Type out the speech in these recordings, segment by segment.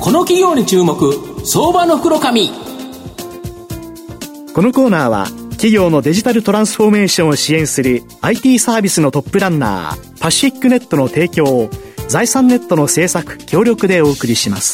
この企業に注目、相場の袋紙。 このコーナーは企業のデジタルトランスフォーメーションを支援する IT サービスのトップランナーパシフィックネットの提供を財産ネットの制作協力でお送りします。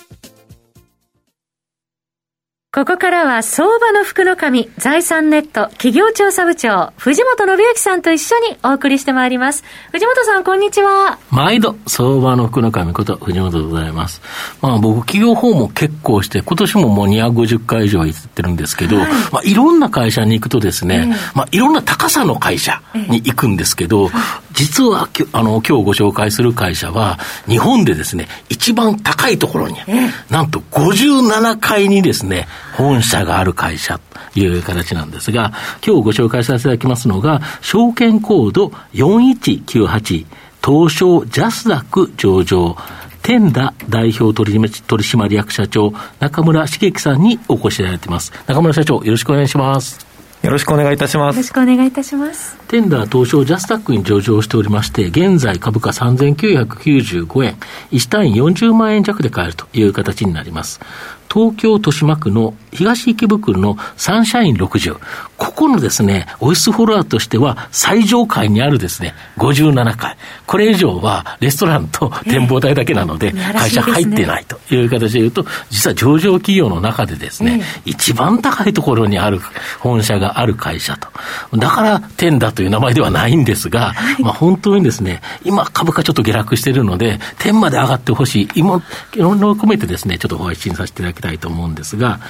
ここからは相場の福の神、財産ネット企業調査部長藤本信之さんと一緒にお送りしてまいります。藤本さん、こんにちは。 毎度相場の福の神こと藤本でございます。僕企業訪問結構して今年ももう250回以上行ってるんですけど、いろんな会社に行くとですね、いろんな高さの会社に行くんですけど、実は今日ご紹介する会社は日本でですね一番高いところに、なんと57階にですね本社がある会社という形なんですが、今日ご紹介させていただきますのが証券コード4198東証ジャスダック上場テンダ代表取締役社長中村茂樹さんにお越しいただいています。中村社長、よろしくお願いします。 よろしくお願いいたします。 よろしくお願いいたします。 テンダ東証ジャスダックに上場しておりまして、現在株価3995円、1単位40万円弱で買えるという形になります。東京豊島区の東池袋のサンシャイン60、ここのですねオフィスフロアとしては最上階にあるですね57階、これ以上はレストランと展望台だけなので、会社入ってないという形でいうと、実は上場企業の中でですね、一番高いところにある本社がある会社と、だからテンダという名前ではないんですが、本当にですね今株価ちょっと下落しているので天まで上がってほしい、今いろんな込めてですねちょっと配信させていただきたいと思うんですが、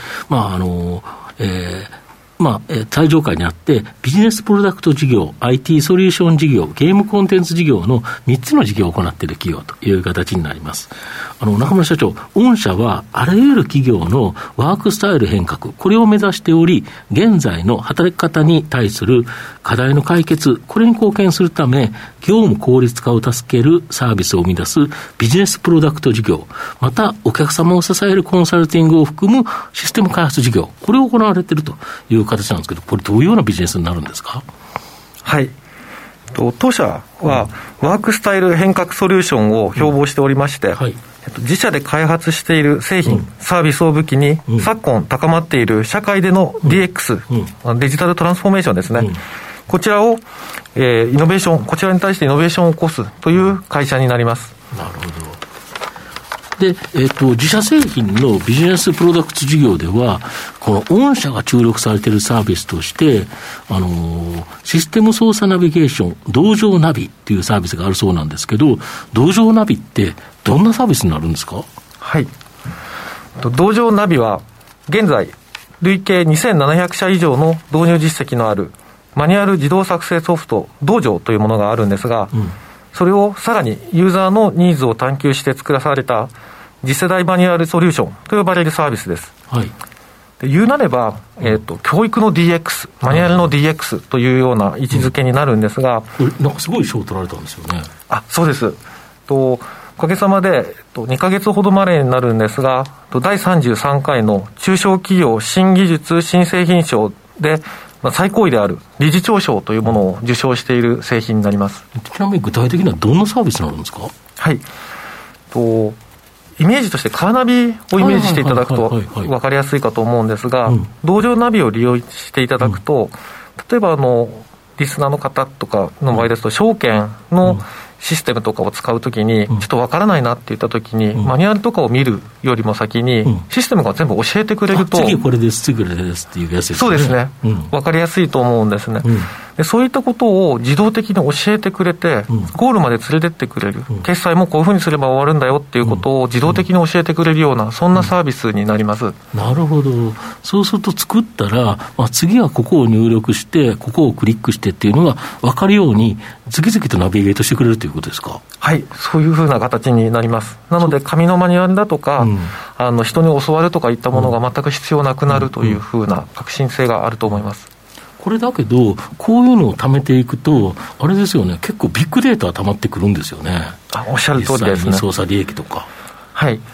最上階にあってビジネスプロダクト事業、 IT ソリューション事業、ゲームコンテンツ事業の3つの事業を行っている企業という形になります。中村社長、御社はあらゆる企業のワークスタイル変革、これを目指しており、現在の働き方に対する課題の解決、これに貢献するため業務効率化を助けるサービスを生み出すビジネスプロダクト事業、またお客様を支えるコンサルティングを含むシステム開発事業、これを行われているという形なんですけど、これどういうようなビジネスになるんですか？ はい、当社はワークスタイル変革ソリューションを標榜しておりまして、自社で開発している製品、サービスを武器に、昨今高まっている社会での DX、デジタルトランスフォーメーションですね、こちらを、イノベーション、こちらに対してイノベーションを起こすという会社になります。 なるほど。で、自社製品のビジネスプロダクト事業では、この御社が注力されているサービスとして、システム操作ナビゲーション、道場ナビっていうサービスがあるそうなんですけど、道場ナビってどんなサービスになるんですか？ はい。道場ナビは、現在、累計2700社以上の導入実績のあるマニュアル自動作成ソフト、道場というものがあるんですが、それをさらにユーザーのニーズを探求して作らされた次世代マニュアルソリューションと呼ばれるサービスです。で言うなれば、教育の DX、マニュアルの DX というような位置づけになるんですが、 なんかすごい賞を取られたんですよね。 そうです。おかげさまで2ヶ月ほど前になるんですが、第33回の中小企業新技術新製品賞で最高位である理事長賞というものを受賞している製品になります。 ちなみに具体的にはどんなサービスになるんですか？ はい、イメージとしてカーナビをイメージしていただくと分かりやすいかと思うんですが、道場ナビを利用していただくと、例えばリスナーの方とかの場合ですと、証券のシステムとかを使うときにちょっとわからないなって言ったときに、マニュアルとかを見るよりも先にシステムが全部教えてくれると、 次これです、次これですっていうやつですね。 そうですね、わかりやすいと思うんですね。でそういったことを自動的に教えてくれて、ゴールまで連れてってくれる、決済もこういうふうにすれば終わるんだよっていうことを自動的に教えてくれるような、そんなサービスになります。 なるほど。そうすると作ったら、次はここを入力してここをクリックしてっていうのが分かるように次々とナビゲートしてくれるということですか？ はい、そういうふうな形になります。なので紙のマニュアルだとか、人に教わるとかいったものが全く必要なくなるというふうな革新性があると思います。 これだけどこういうのを貯めていくとあれですよね、結構ビッグデータが溜まってくるんですよね。 おっしゃる通りですね。 実際に操作利益とか。 はい、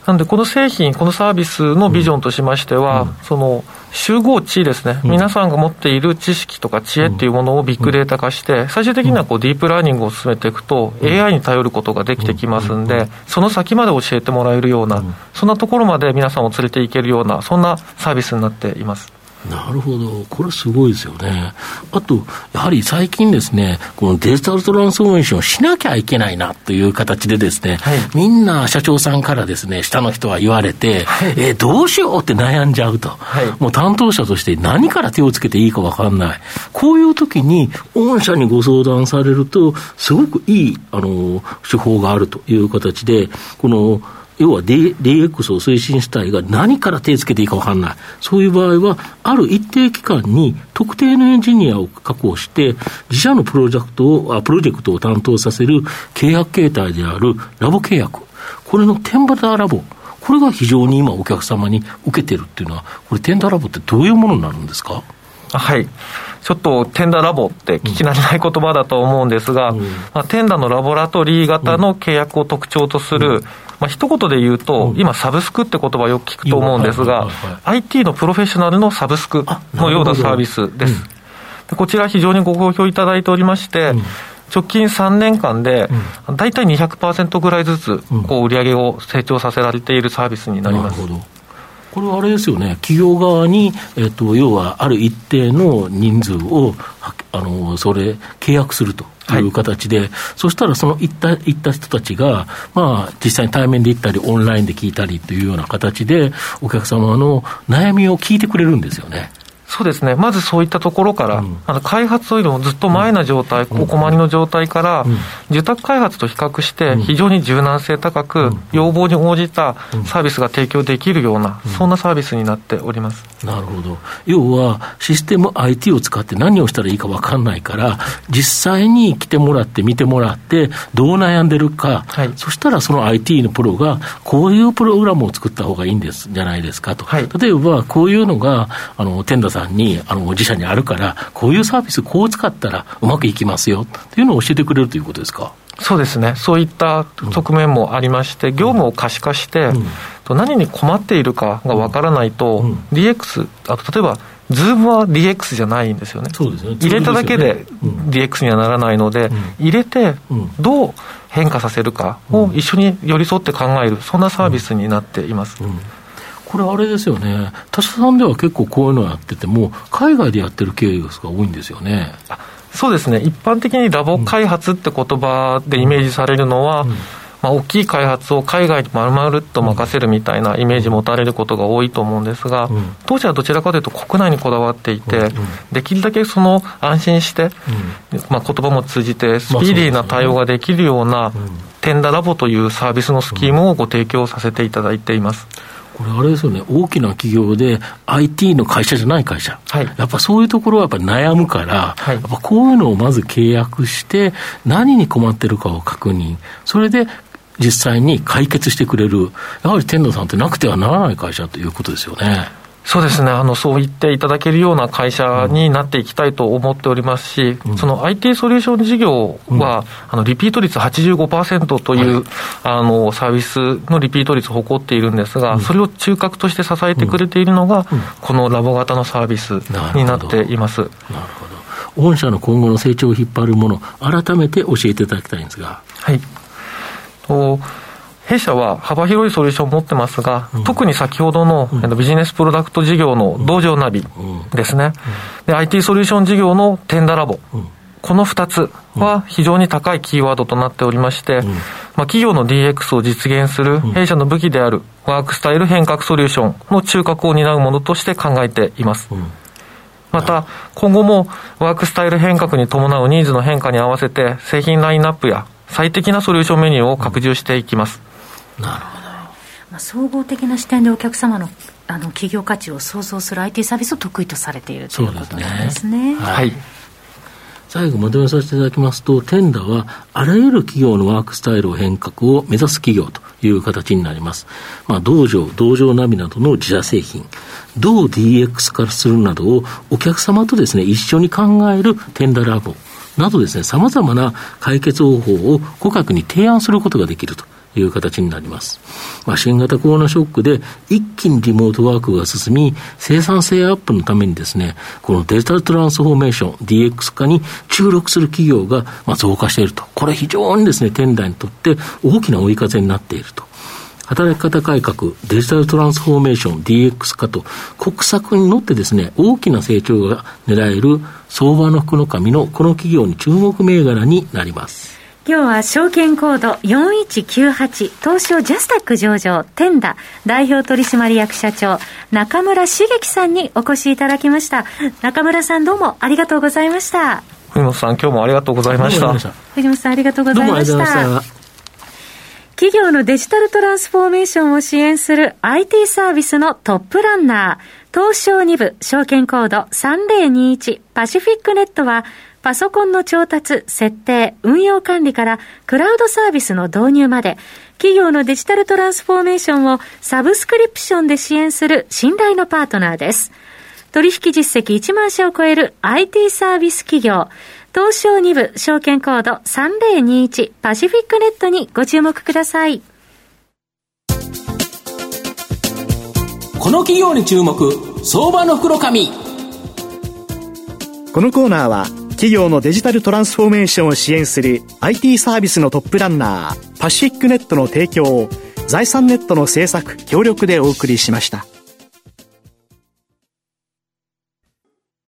なのでこの製品、このサービスのビジョンとしましては、その集合値ですね、皆さんが持っている知識とか知恵っていうものをビッグデータ化して、最終的にはこうディープラーニングを進めていくと AI に頼ることができてきますんで、その先まで教えてもらえるような、そんなところまで皆さんを連れていけるような、そんなサービスになっています。 なるほど。これすごいですよね。あと、やはり最近ですね、このデジタルトランスフォーメーションをしなきゃいけないなという形でですね、みんな社長さんからですね、下の人は言われて、どうしようって悩んじゃうと。もう担当者として何から手をつけていいか分かんない。こういう時に、御社にご相談されると、すごくいい、手法があるという形で、この、要は DX を推進したいが何から手をつけていいか分からない。そういう場合は、ある一定期間に特定のエンジニアを確保して、自社のプロジェクトを担当させる契約形態であるラボ契約。これのテンダーラボ。これが非常に今お客様に受けてるっていうのは、これテンダーラボってどういうものになるんですか？ はい。ちょっとテンダーラボって聞き慣れない言葉だと思うんですが、テンダーのラボラトリー型の契約を特徴とする、一言で言うと、今サブスクって言葉をよく聞くと思うんですが、IT のプロフェッショナルのサブスクのようなサービスです。でこちら非常にご好評いただいておりまして、直近3年間でだいたい 200% ぐらいずつこう売上を成長させられているサービスになります。 なるほど。これはあれですよね、企業側に、要はある一定の人数をそれ契約するという形で、そしたらその行った人たちが、実際に対面で行ったりオンラインで聞いたりというような形でお客様の悩みを聞いてくれるんですよね。 そうですね。まずそういったところから、開発よりもずっと前な状態、お困りの状態から、受託開発と比較して非常に柔軟性高く、要望に応じたサービスが提供できるような、そんなサービスになっております。 なるほど。要はシステム IT を使って何をしたらいいか分かんないから、実際に来てもらって見てもらってどう悩んでるか、そしたらその IT のプロがこういうプログラムを作った方がいいんですじゃないですかと。例えばこういうのがテンダさんに自社にあるから、こういうサービスこう使ったらうまくいきますよというのを教えてくれるということですか？ そうですね。そういった側面もありまして、業務を可視化して、何に困っているかがわからないと、DX、例えばZoom は DX じゃないんですよね。 そうですね。 入れただけで DX にはならないので、入れてどう変化させるかを一緒に寄り添って考える、そんなサービスになっています。 これあれですよね、他社さんでは結構こういうのをやってても海外でやってるケースが多いんですよね。 そうですね。一般的にラボ開発って言葉でイメージされるのは、大きい開発を海外に丸々と任せるみたいなイメージ持たれることが多いと思うんですが、当社はどちらかというと国内にこだわっていて、できるだけその安心して、言葉も通じてスピーディーな対応ができるようなテンダラボというサービスのスキームをご提供させていただいています。 これあれですよね、大きな企業で IT の会社じゃない会社、やっぱそういうところはやっぱ悩むから、やっぱこういうのをまず契約して何に困ってるかを確認、それで実際に解決してくれる、やはりテンダさんってなくてはならない会社ということですよね。 そうですね。そう言っていただけるような会社になっていきたいと思っておりますし、その IT ソリューション事業は、リピート率 85% という、サービスのリピート率を誇っているんですが、それを中核として支えてくれているのが、このラボ型のサービスになっています。 なるほど。御社の今後の成長を引っ張るもの、改めて教えていただきたいんですが。 はい。弊社は幅広いソリューションを持ってますが、特に先ほどのビジネスプロダクト事業の道場ナビですね。で、IT ソリューション事業のテンダラボ。この2つは非常に高いキーワードとなっておりまして、企業の DX を実現する弊社の武器であるワークスタイル変革ソリューションの中核を担うものとして考えています。また、今後もワークスタイル変革に伴うニーズの変化に合わせて製品ラインナップや最適なソリューションメニューを拡充していきます。 なるほど。総合的な視点でお客様の企業価値を創造する IT サービスを得意とされているということなんですね。 はい。最後まとめさせていただきますと、テンダはあらゆる企業のワークスタイルを変革を目指す企業という形になります。道場ナビなどの自社製品、どう DX 化するなどをお客様とですね、一緒に考えるテンダラボなどですね、様々な解決方法を顧客に提案することができるという形になります。新型コロナショックで一気にリモートワークが進み、生産性アップのためにですね、このデジタルトランスフォーメーション DX 化に注力する企業が増加していると。これ非常にですね、テンダーにとって大きな追い風になっていると。働き方改革、デジタルトランスフォーメーション DX 化と国策に乗ってですね、大きな成長が狙える相場の福の神のこの企業に注目銘柄になります。 今日は証券コード4198東証ジャスタック上場テンダ代表取締役社長中村茂樹さんにお越しいただきました。中村さんどうもありがとうございました。 藤本さん今日もありがとうございました。 藤本さんありがとうございました。どうもありがとうございました。企業のデジタルトランスフォーメーションを支援する IT サービスのトップランナー東証2部証券コード3021パシフィックネットはパソコンの調達、設定、運用管理からクラウドサービスの導入まで企業のデジタルトランスフォーメーションをサブスクリプションで支援する信頼のパートナーです。取引実績1万社を超える IT サービス企業東証2部証券コード3021パシフィックネットにご注目ください。 この企業に注目、相場の福の神。 このコーナーは企業のデジタルトランスフォーメーションを支援する IT サービスのトップランナーパシフィックネットの提供を財産ネットの制作協力でお送りしました。